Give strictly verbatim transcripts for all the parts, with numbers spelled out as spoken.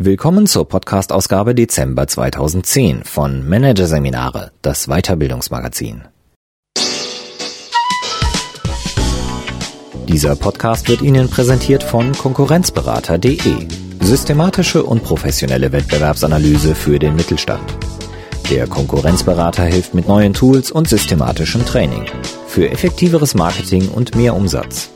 Willkommen zur Podcast-Ausgabe Dezember zweitausendzehn von Managerseminare, das Weiterbildungsmagazin. Dieser Podcast wird Ihnen präsentiert von Konkurrenzberater punkt de. Systematische und professionelle Wettbewerbsanalyse für den Mittelstand. Der Konkurrenzberater hilft mit neuen Tools und systematischem Training für effektiveres Marketing und mehr Umsatz.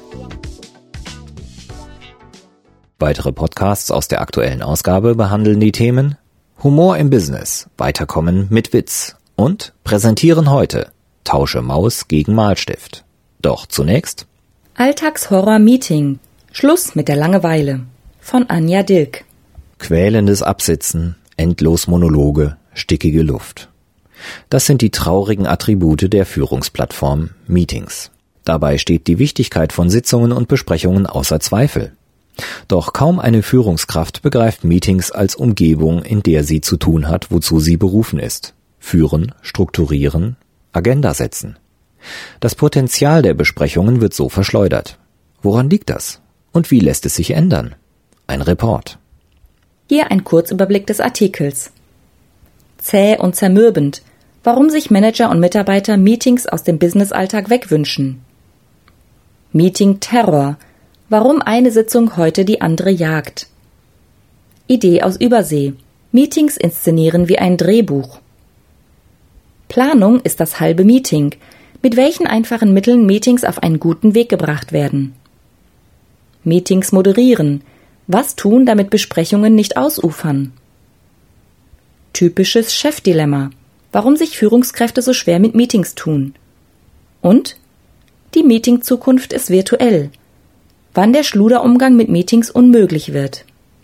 Weitere Podcasts aus der aktuellen Ausgabe behandeln die Themen Humor im Business, Weiterkommen mit Witz und präsentieren heute Tausche Maus gegen Malstift. Doch zunächst Alltagshorror-Meeting. Schluss mit der Langeweile von Anja Dilk. Quälendes Absitzen, endlos Monologe, stickige Luft. Das sind die traurigen Attribute der Führungsplattform Meetings. Dabei steht die Wichtigkeit von Sitzungen und Besprechungen außer Zweifel. Doch kaum eine Führungskraft begreift Meetings als Umgebung, in der sie zu tun hat, wozu sie berufen ist. Führen, strukturieren, Agenda setzen. Das Potenzial der Besprechungen wird so verschleudert. Woran liegt das? Und wie lässt es sich ändern? Ein Report. Hier ein Kurzüberblick des Artikels. Zäh und zermürbend. Warum sich Manager und Mitarbeiter Meetings aus dem Businessalltag wegwünschen. Meeting-Terror. Warum eine Sitzung heute die andere jagt. Idee aus Übersee. Meetings inszenieren wie ein Drehbuch. Planung ist das halbe Meeting. Mit welchen einfachen Mitteln Meetings auf einen guten Weg gebracht werden. Meetings moderieren. Was tun, damit Besprechungen nicht ausufern? Typisches Chefdilemma. Warum sich Führungskräfte so schwer mit Meetings tun. Und die Meeting-Zukunft ist virtuell. Wann der Schluderumgang mit Meetings unmöglich wird.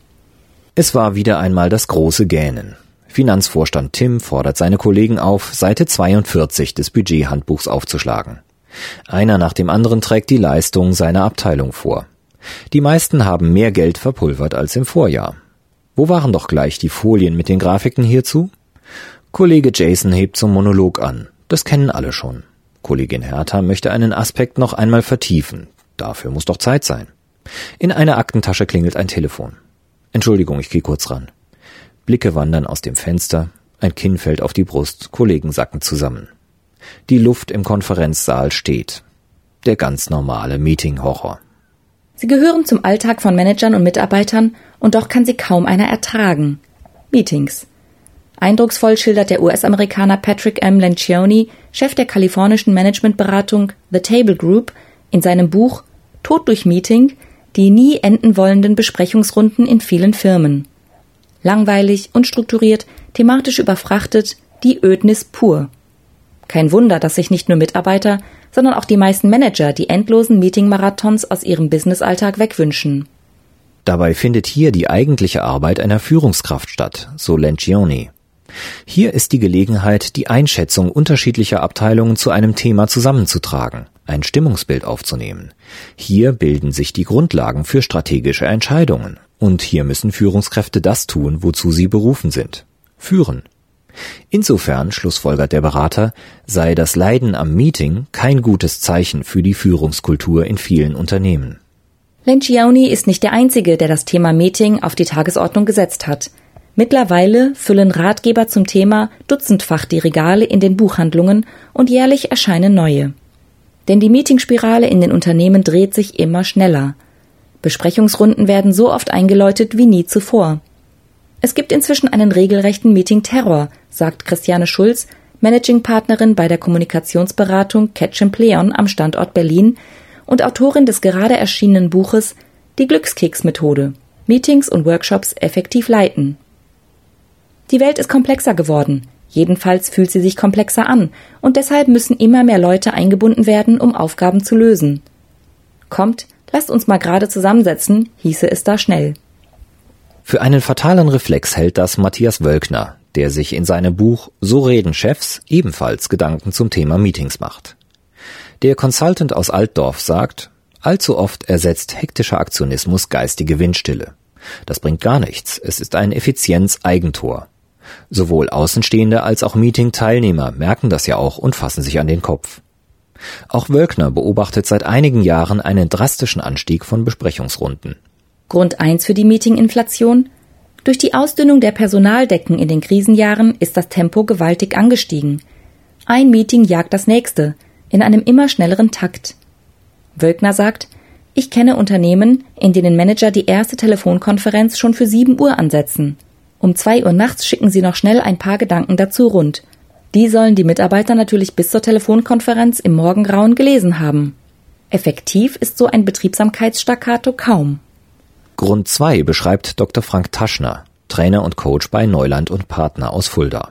Es war wieder einmal das große Gähnen. Finanzvorstand Tim fordert seine Kollegen auf, Seite zweiundvierzig des Budgethandbuchs aufzuschlagen. Einer nach dem anderen trägt die Leistung seiner Abteilung vor. Die meisten haben mehr Geld verpulvert als im Vorjahr. Wo waren doch gleich die Folien mit den Grafiken hierzu? Kollege Jason hebt zum Monolog an. Das kennen alle schon. Kollegin Hertha möchte einen Aspekt noch einmal vertiefen. Dafür muss doch Zeit sein. In einer Aktentasche klingelt ein Telefon. Entschuldigung, ich gehe kurz ran. Blicke wandern aus dem Fenster, ein Kinn fällt auf die Brust, Kollegen sacken zusammen. Die Luft im Konferenzsaal steht. Der ganz normale Meeting-Horror. Sie gehören zum Alltag von Managern und Mitarbeitern und doch kann sie kaum einer ertragen. Meetings. Eindrucksvoll schildert der U S-Amerikaner Patrick M. Lencioni, Chef der kalifornischen Managementberatung The Table Group, in seinem Buch Tod durch Meeting, die nie enden wollenden Besprechungsrunden in vielen Firmen. Langweilig, unstrukturiert, thematisch überfrachtet, die Ödnis pur. Kein Wunder, dass sich nicht nur Mitarbeiter, sondern auch die meisten Manager die endlosen Meeting-Marathons aus ihrem Businessalltag wegwünschen. Dabei findet hier die eigentliche Arbeit einer Führungskraft statt, so Lencioni. Hier ist die Gelegenheit, die Einschätzung unterschiedlicher Abteilungen zu einem Thema zusammenzutragen, ein Stimmungsbild aufzunehmen. Hier bilden sich die Grundlagen für strategische Entscheidungen. Und hier müssen Führungskräfte das tun, wozu sie berufen sind. Führen. Insofern, schlussfolgert der Berater, sei das Leiden am Meeting kein gutes Zeichen für die Führungskultur in vielen Unternehmen. Lencioni ist nicht der Einzige, der das Thema Meeting auf die Tagesordnung gesetzt hat. Mittlerweile füllen Ratgeber zum Thema dutzendfach die Regale in den Buchhandlungen und jährlich erscheinen neue. Denn die Meetingspirale in den Unternehmen dreht sich immer schneller. Besprechungsrunden werden so oft eingeläutet wie nie zuvor. Es gibt inzwischen einen regelrechten Meeting-Terror, sagt Christiane Schulz, Managing-Partnerin bei der Kommunikationsberatung Catch and Pleon am Standort Berlin und Autorin des gerade erschienenen Buches Die Glückskeks-Methode – Meetings und Workshops effektiv leiten. Die Welt ist komplexer geworden. Jedenfalls fühlt sie sich komplexer an und deshalb müssen immer mehr Leute eingebunden werden, um Aufgaben zu lösen. Kommt, lasst uns mal gerade zusammensetzen, hieße es da schnell. Für einen fatalen Reflex hält das Matthias Wölkner, der sich in seinem Buch So reden Chefs ebenfalls Gedanken zum Thema Meetings macht. Der Consultant aus Altdorf sagt, allzu oft ersetzt hektischer Aktionismus geistige Windstille. Das bringt gar nichts, es ist ein Effizienz-Eigentor. Sowohl Außenstehende als auch Meeting-Teilnehmer merken das ja auch und fassen sich an den Kopf. Auch Wölkner beobachtet seit einigen Jahren einen drastischen Anstieg von Besprechungsrunden. Grund eins für die Meeting-Inflation? Durch die Ausdünnung der Personaldecken in den Krisenjahren ist das Tempo gewaltig angestiegen. Ein Meeting jagt das nächste, in einem immer schnelleren Takt. Wölkner sagt, ich kenne Unternehmen, in denen Manager die erste Telefonkonferenz schon für sieben Uhr ansetzen. Um zwei Uhr nachts schicken sie noch schnell ein paar Gedanken dazu rund. Die sollen die Mitarbeiter natürlich bis zur Telefonkonferenz im Morgengrauen gelesen haben. Effektiv ist so ein Betriebsamkeitsstaccato kaum. Grund zwei beschreibt Doktor Frank Taschner, Trainer und Coach bei Neuland und Partner aus Fulda.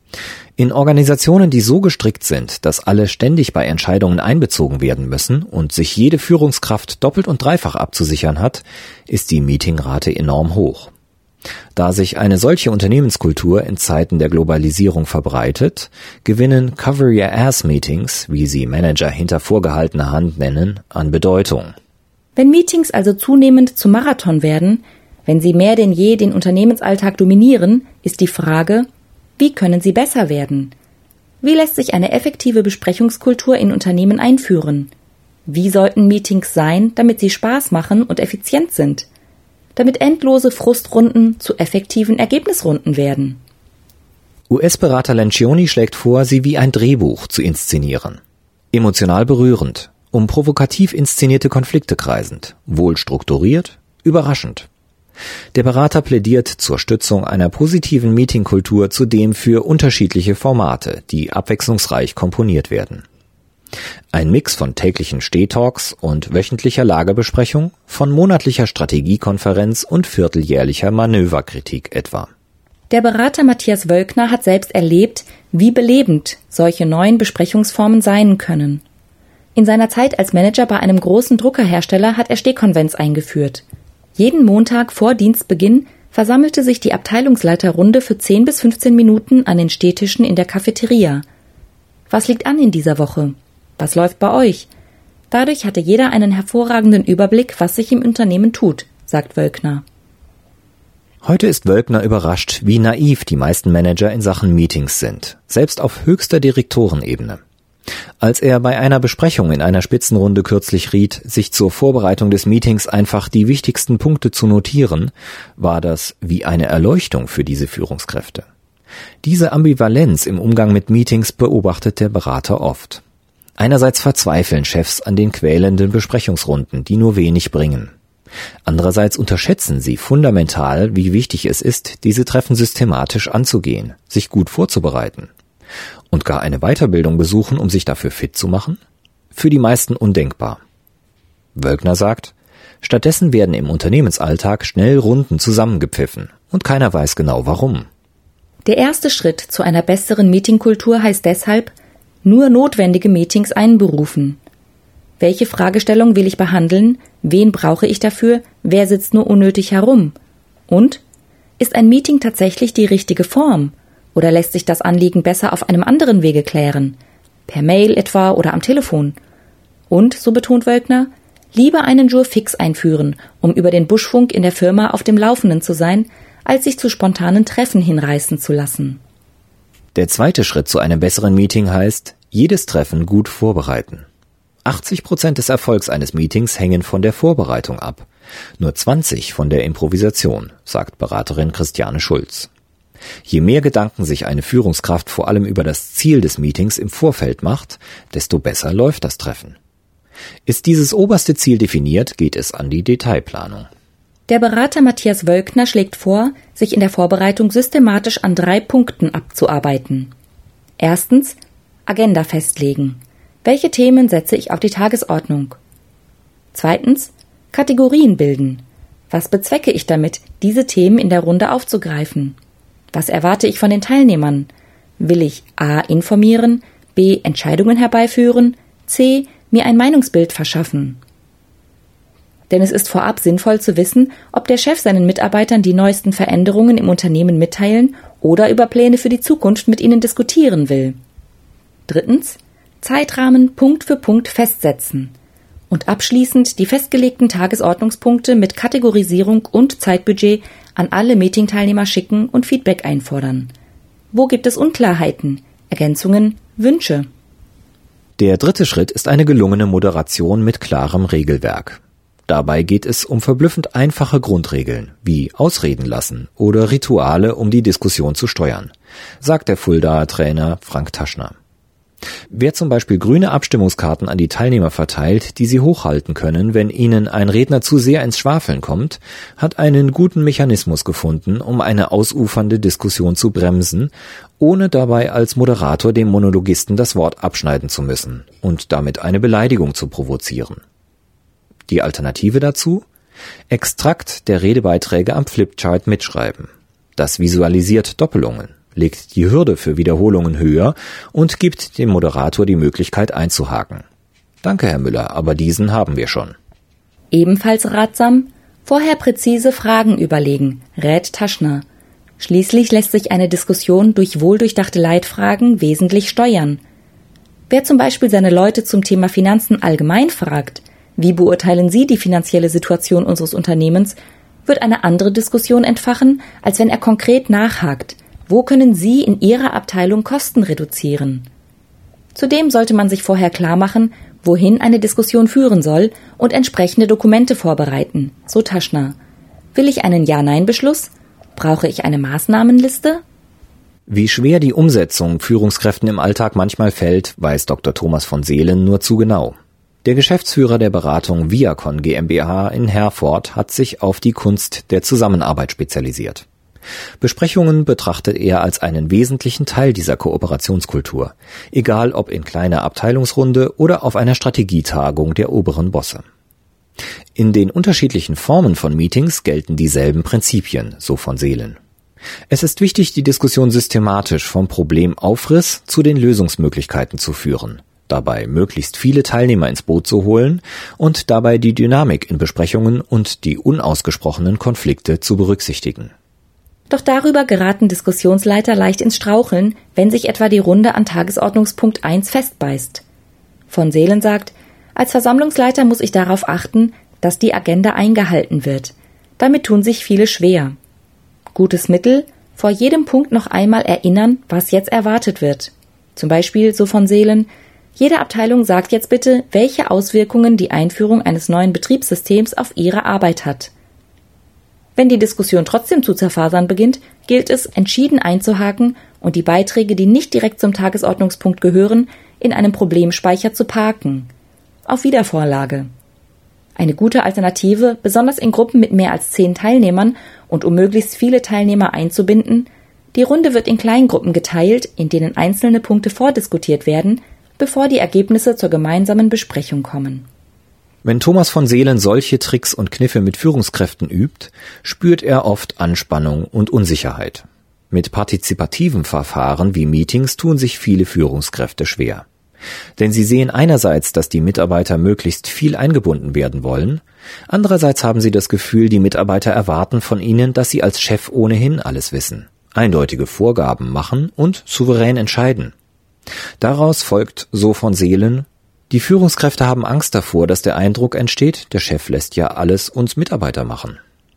In Organisationen, die so gestrickt sind, dass alle ständig bei Entscheidungen einbezogen werden müssen und sich jede Führungskraft doppelt und dreifach abzusichern hat, ist die Meetingrate enorm hoch. Da sich eine solche Unternehmenskultur in Zeiten der Globalisierung verbreitet, gewinnen Cover-Your-Ass-Meetings, wie sie Manager hinter vorgehaltener Hand nennen, an Bedeutung. Wenn Meetings also zunehmend zum Marathon werden, wenn sie mehr denn je den Unternehmensalltag dominieren, ist die Frage, wie können sie besser werden? Wie lässt sich eine effektive Besprechungskultur in Unternehmen einführen? Wie sollten Meetings sein, damit sie Spaß machen und effizient sind? Damit endlose Frustrunden zu effektiven Ergebnisrunden werden. U S-Berater Lencioni schlägt vor, sie wie ein Drehbuch zu inszenieren. Emotional berührend, um provokativ inszenierte Konflikte kreisend, wohl strukturiert, überraschend. Der Berater plädiert zur Stützung einer positiven Meetingkultur zudem für unterschiedliche Formate, die abwechslungsreich komponiert werden. Ein Mix von täglichen Stehtalks und wöchentlicher Lagebesprechung, von monatlicher Strategiekonferenz und vierteljährlicher Manöverkritik etwa. Der Berater Matthias Wölkner hat selbst erlebt, wie belebend solche neuen Besprechungsformen sein können. In seiner Zeit als Manager bei einem großen Druckerhersteller hat er Stehkonvents eingeführt. Jeden Montag vor Dienstbeginn versammelte sich die Abteilungsleiterrunde für zehn bis fünfzehn Minuten an den Stehtischen in der Cafeteria. Was liegt an in dieser Woche? Was läuft bei euch? Dadurch hatte jeder einen hervorragenden Überblick, was sich im Unternehmen tut, sagt Wölkner. Heute ist Wölkner überrascht, wie naiv die meisten Manager in Sachen Meetings sind, selbst auf höchster Direktorenebene. Als er bei einer Besprechung in einer Spitzenrunde kürzlich riet, sich zur Vorbereitung des Meetings einfach die wichtigsten Punkte zu notieren, war das wie eine Erleuchtung für diese Führungskräfte. Diese Ambivalenz im Umgang mit Meetings beobachtet der Berater oft. Einerseits verzweifeln Chefs an den quälenden Besprechungsrunden, die nur wenig bringen. Andererseits unterschätzen sie fundamental, wie wichtig es ist, diese Treffen systematisch anzugehen, sich gut vorzubereiten. Und gar eine Weiterbildung besuchen, um sich dafür fit zu machen? Für die meisten undenkbar. Wölkner sagt, stattdessen werden im Unternehmensalltag schnell Runden zusammengepfiffen und keiner weiß genau warum. Der erste Schritt zu einer besseren Meetingkultur heißt deshalb, nur notwendige Meetings einberufen. Welche Fragestellung will ich behandeln? Wen brauche ich dafür? Wer sitzt nur unnötig herum? Und? Ist ein Meeting tatsächlich die richtige Form? Oder lässt sich das Anliegen besser auf einem anderen Wege klären? Per Mail etwa oder am Telefon? Und, so betont Wölkner, lieber einen Jour fix einführen, um über den Buschfunk in der Firma auf dem Laufenden zu sein, als sich zu spontanen Treffen hinreißen zu lassen. Der zweite Schritt zu einem besseren Meeting heißt, jedes Treffen gut vorbereiten. achtzig Prozent des Erfolgs eines Meetings hängen von der Vorbereitung ab, nur zwanzig von der Improvisation, sagt Beraterin Christiane Schulz. Je mehr Gedanken sich eine Führungskraft vor allem über das Ziel des Meetings im Vorfeld macht, desto besser läuft das Treffen. Ist dieses oberste Ziel definiert, geht es an die Detailplanung. Der Berater Matthias Wölkner schlägt vor, sich in der Vorbereitung systematisch an drei Punkten abzuarbeiten. Erstens, Agenda festlegen. Welche Themen setze ich auf die Tagesordnung? Zweitens, Kategorien bilden. Was bezwecke ich damit, diese Themen in der Runde aufzugreifen? Was erwarte ich von den Teilnehmern? Will ich a. informieren, b. Entscheidungen herbeiführen, c. mir ein Meinungsbild verschaffen? Denn es ist vorab sinnvoll zu wissen, ob der Chef seinen Mitarbeitern die neuesten Veränderungen im Unternehmen mitteilen oder über Pläne für die Zukunft mit ihnen diskutieren will. Drittens, Zeitrahmen Punkt für Punkt festsetzen. Und abschließend die festgelegten Tagesordnungspunkte mit Kategorisierung und Zeitbudget an alle Meetingteilnehmer schicken und Feedback einfordern. Wo gibt es Unklarheiten, Ergänzungen, Wünsche? Der dritte Schritt ist eine gelungene Moderation mit klarem Regelwerk. Dabei geht es um verblüffend einfache Grundregeln, wie Ausreden lassen oder Rituale, um die Diskussion zu steuern, sagt der Fuldaer Trainer Frank Taschner. Wer zum Beispiel grüne Abstimmungskarten an die Teilnehmer verteilt, die sie hochhalten können, wenn ihnen ein Redner zu sehr ins Schwafeln kommt, hat einen guten Mechanismus gefunden, um eine ausufernde Diskussion zu bremsen, ohne dabei als Moderator dem Monologisten das Wort abschneiden zu müssen und damit eine Beleidigung zu provozieren. Die Alternative dazu? Extrakt der Redebeiträge am Flipchart mitschreiben. Das visualisiert Doppelungen, legt die Hürde für Wiederholungen höher und gibt dem Moderator die Möglichkeit einzuhaken. Danke, Herr Müller, aber diesen haben wir schon. Ebenfalls ratsam, vorher präzise Fragen überlegen, rät Taschner. Schließlich lässt sich eine Diskussion durch wohldurchdachte Leitfragen wesentlich steuern. Wer zum Beispiel seine Leute zum Thema Finanzen allgemein fragt, wie beurteilen Sie die finanzielle Situation unseres Unternehmens, wird eine andere Diskussion entfachen, als wenn er konkret nachhakt. Wo können Sie in Ihrer Abteilung Kosten reduzieren? Zudem sollte man sich vorher klar machen, wohin eine Diskussion führen soll und entsprechende Dokumente vorbereiten, so Taschner. Will ich einen Ja-Nein-Beschluss? Brauche ich eine Maßnahmenliste? Wie schwer die Umsetzung Führungskräften im Alltag manchmal fällt, weiß Doktor Thomas von Seelen nur zu genau. Der Geschäftsführer der Beratung Viacon GmbH in Herford hat sich auf die Kunst der Zusammenarbeit spezialisiert. Besprechungen betrachtet er als einen wesentlichen Teil dieser Kooperationskultur, egal ob in kleiner Abteilungsrunde oder auf einer Strategietagung der oberen Bosse. In den unterschiedlichen Formen von Meetings gelten dieselben Prinzipien, so von Seelen. Es ist wichtig, die Diskussion systematisch vom Problemaufriss zu den Lösungsmöglichkeiten zu führen, dabei möglichst viele Teilnehmer ins Boot zu holen und dabei die Dynamik in Besprechungen und die unausgesprochenen Konflikte zu berücksichtigen. Doch darüber geraten Diskussionsleiter leicht ins Straucheln, wenn sich etwa die Runde an Tagesordnungspunkt eins festbeißt. Von Seelen sagt, als Versammlungsleiter muss ich darauf achten, dass die Agenda eingehalten wird. Damit tun sich viele schwer. Gutes Mittel, vor jedem Punkt noch einmal erinnern, was jetzt erwartet wird. Zum Beispiel, so von Seelen, jede Abteilung sagt jetzt bitte, welche Auswirkungen die Einführung eines neuen Betriebssystems auf ihre Arbeit hat. Wenn die Diskussion trotzdem zu zerfasern beginnt, gilt es, entschieden einzuhaken und die Beiträge, die nicht direkt zum Tagesordnungspunkt gehören, in einem Problemspeicher zu parken. Auf Wiedervorlage. Eine gute Alternative, besonders in Gruppen mit mehr als zehn Teilnehmern und um möglichst viele Teilnehmer einzubinden, die Runde wird in Kleingruppen geteilt, in denen einzelne Punkte vordiskutiert werden, bevor die Ergebnisse zur gemeinsamen Besprechung kommen. Wenn Thomas von Seelen solche Tricks und Kniffe mit Führungskräften übt, spürt er oft Anspannung und Unsicherheit. Mit partizipativen Verfahren wie Meetings tun sich viele Führungskräfte schwer. Denn sie sehen einerseits, dass die Mitarbeiter möglichst viel eingebunden werden wollen, andererseits haben sie das Gefühl, die Mitarbeiter erwarten von ihnen, dass sie als Chef ohnehin alles wissen, eindeutige Vorgaben machen und souverän entscheiden. Daraus folgt, so von Seelen, die Führungskräfte haben Angst davor, dass der Eindruck entsteht, der Chef lässt ja alles uns Mitarbeiter machen.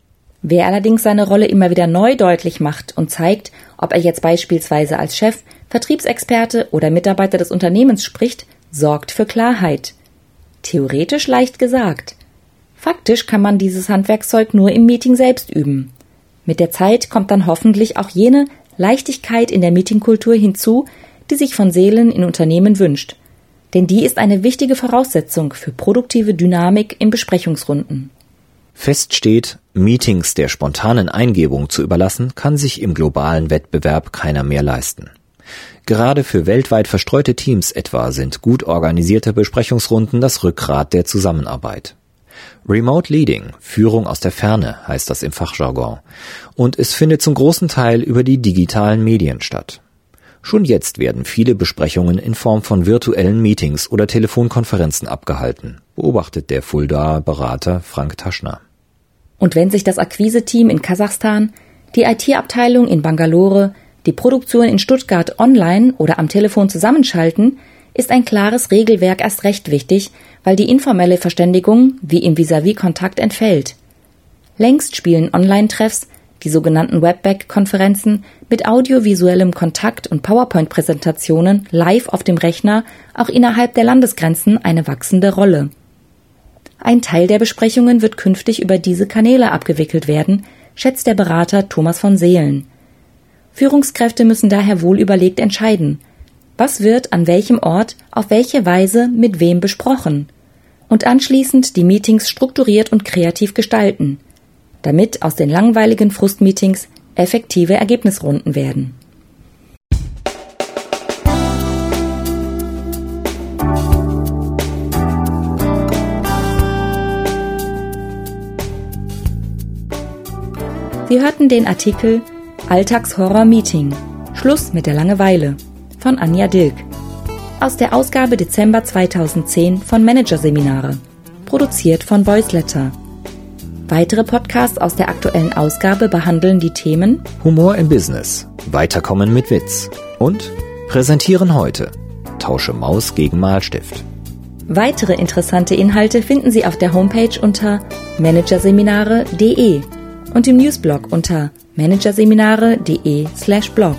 Wer allerdings seine Rolle immer wieder neu deutlich macht und zeigt, ob er jetzt beispielsweise als Chef, Vertriebsexperte oder Mitarbeiter des Unternehmens spricht, sorgt für Klarheit. Theoretisch leicht gesagt. Faktisch kann man dieses Handwerkszeug nur im Meeting selbst üben. Mit der Zeit kommt dann hoffentlich auch jene Leichtigkeit in der Meetingkultur hinzu, die sich von Seelen in Unternehmen wünscht. Denn die ist eine wichtige Voraussetzung für produktive Dynamik in Besprechungsrunden. Fest steht, Meetings der spontanen Eingebung zu überlassen, kann sich im globalen Wettbewerb keiner mehr leisten. Gerade für weltweit verstreute Teams etwa sind gut organisierte Besprechungsrunden das Rückgrat der Zusammenarbeit. Remote Leading, Führung aus der Ferne, heißt das im Fachjargon, und es findet zum großen Teil über die digitalen Medien statt. Schon jetzt werden viele Besprechungen in Form von virtuellen Meetings oder Telefonkonferenzen abgehalten, beobachtet der Fuldaer Berater Frank Taschner. Und wenn sich das Akquise-Team in Kasachstan, die I T-Abteilung in Bangalore, die Produktion in Stuttgart online oder am Telefon zusammenschalten, ist ein klares Regelwerk erst recht wichtig, weil die informelle Verständigung wie im Vis-à-vis-Kontakt entfällt. Längst spielen Online-Treffs, die sogenannten Webback-Konferenzen, mit audiovisuellem Kontakt und PowerPoint-Präsentationen live auf dem Rechner auch innerhalb der Landesgrenzen eine wachsende Rolle. Ein Teil der Besprechungen wird künftig über diese Kanäle abgewickelt werden, schätzt der Berater Thomas von Seelen. Führungskräfte müssen daher wohl überlegt entscheiden, was wird an welchem Ort, auf welche Weise, mit wem besprochen und anschließend die Meetings strukturiert und kreativ gestalten, damit aus den langweiligen Frustmeetings effektive Ergebnisrunden werden. Sie hörten den Artikel Alltagshorror-Meeting – Schluss mit der Langeweile von Anja Dilk aus der Ausgabe Dezember zweitausendzehn von Managerseminare, produziert von Voiceletter. Weitere Podcasts aus der aktuellen Ausgabe behandeln die Themen Humor im Business, Weiterkommen mit Witz und Präsentieren heute, tausche Maus gegen Malstift. Weitere interessante Inhalte finden Sie auf der Homepage unter managerseminare punkt de und im Newsblog unter managerseminare punkt de slash blog.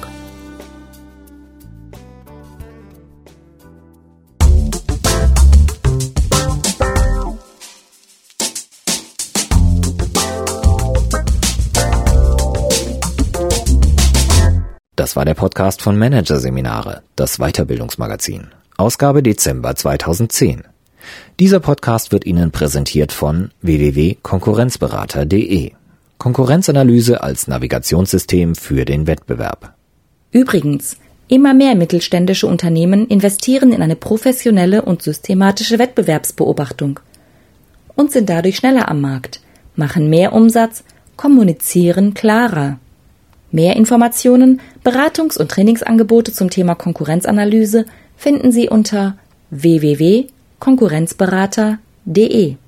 Das war der Podcast von Managerseminare, das Weiterbildungsmagazin, Ausgabe Dezember zweitausendzehn. Dieser Podcast wird Ihnen präsentiert von w w w punkt konkurrenzberater punkt de. Konkurrenzanalyse als Navigationssystem für den Wettbewerb. Übrigens, immer mehr mittelständische Unternehmen investieren in eine professionelle und systematische Wettbewerbsbeobachtung und sind dadurch schneller am Markt, machen mehr Umsatz, kommunizieren klarer. Mehr Informationen, Beratungs- und Trainingsangebote zum Thema Konkurrenzanalyse finden Sie unter w w w punkt konkurrenzberater punkt de.